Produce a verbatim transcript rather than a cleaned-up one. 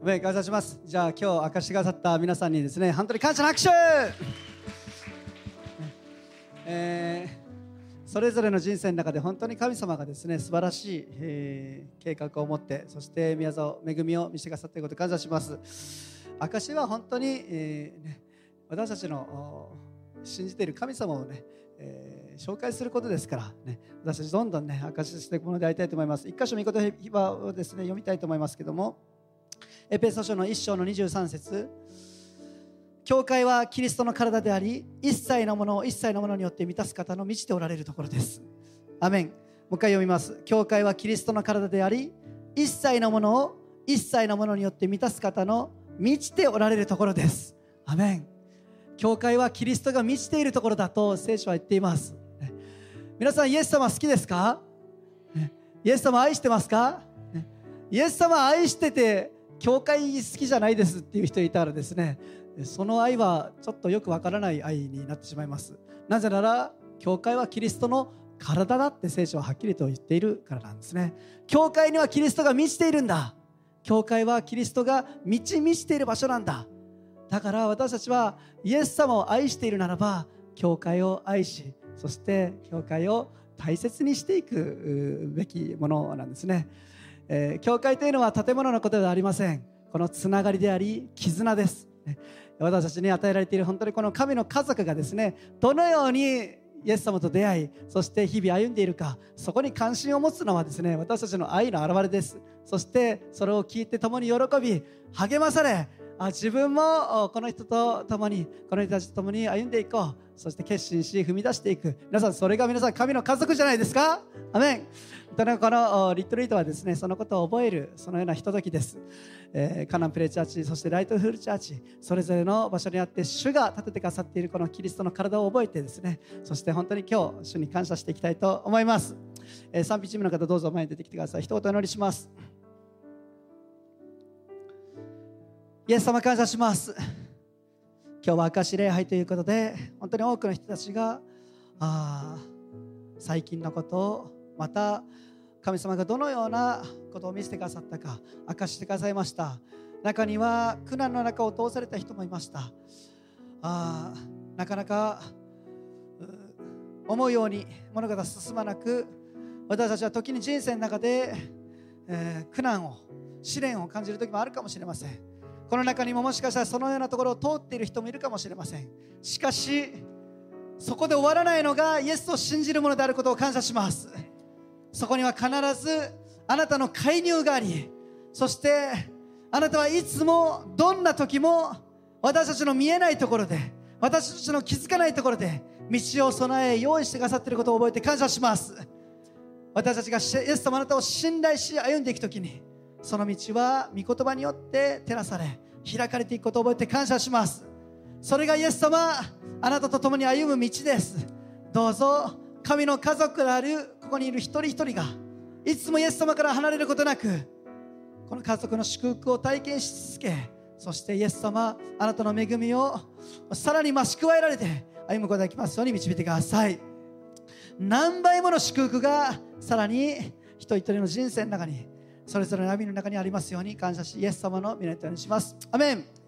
メ感謝します。じゃあ今日明かしてくださった皆さんにですね、本当に感謝の拍手、えー、それぞれの人生の中で本当に神様がですね素晴らしい、えー、計画を持って、そして宮沢恵みを見せてくださっていることを感謝します。証しは本当に、えーね、私たちの信じている神様をね、えー、紹介することですから、ね、私たちどんどんね証ししていくものでありたいと思います。一箇所御言葉をですね読みたいと思いますけども、エペソ書のいっ章のにじゅうさん節、教会はキリストの体であり、一切のものを一切のものによって満たす方の満ちておられるところです。アメン。もう一回読みます。教会はキリストの体であり、一切のものを一切のものによって満たす方の満ちておられるところです。アメン。教会はキリストが満ちているところだと聖書は言っています。皆さんイエス様好きですか？イエス様愛してますか？イエス様愛してて教会好きじゃないですっていう人いたらですね、その愛はちょっとよくわからない愛になってしまいます。なぜなら教会はキリストの体だって聖書ははっきりと言っているからなんですね。教会にはキリストが満ちているんだ。教会はキリストが満ち満ちている場所なんだ。だから私たちはイエス様を愛しているならば、教会を愛し、そして教会を大切にしていくべきものなんですね。えー、教会というのは建物のことではありません。このつながりであり絆です。私たちに与えられている本当にこの神の家族がですね、どのようにイエス様と出会い、そして日々歩んでいるか、そこに関心を持つのはですね、私たちの愛の表れです。そしてそれを聞いて共に喜び励まされ、あ、自分もこの人と共に、この人たちと共に歩んでいこう、そして決心し踏み出していく。皆さん、それが皆さん神の家族じゃないですか。アメン。このリトリートはですね、そのことを覚えるそのようなひとときです。えー、カナンプレイチャーチ、そしてライトフールチャーチ、それぞれの場所にあって主が立ててくださっているこのキリストの体を覚えてですね、そして本当に今日主に感謝していきたいと思います。えー、賛美チームの方どうぞ前に出てきてください。一言お祈りします。イエス様感謝します。今日は証し礼拝ということで、本当に多くの人たちがあ最近のことを、また神様がどのようなことを見せてくださったか明かしてくださいました。中には苦難の中を通された人もいました。あなかなか思うように物事が進まなく、私たちは時に人生の中で、えー、苦難を試練を感じる時もあるかもしれません。この中にももしかしたらそのようなところを通っている人もいるかもしれません。しかしそこで終わらないのがイエスを信じるものであることを感謝します。そこには必ずあなたの介入があり、そしてあなたはいつもどんな時も私たちの見えないところで、私たちの気づかないところで道を備え用意してくださっていることを覚えて感謝します。私たちがイエス様あなたを信頼し歩んでいくときに、その道は御言葉によって照らされ開かれていくことを覚えて感謝します。それがイエス様あなたと共に歩む道です。どうぞ神の家族であるここにいる一人一人がいつもイエス様から離れることなく、この家族の祝福を体験し続け、そしてイエス様あなたの恵みをさらに増し加えられて歩むことができますように導いてください。何倍もの祝福がさらに一人一人の人生の中に、それぞれの歩みの中にありますように感謝し、イエス様の皆にお願いします。アメン。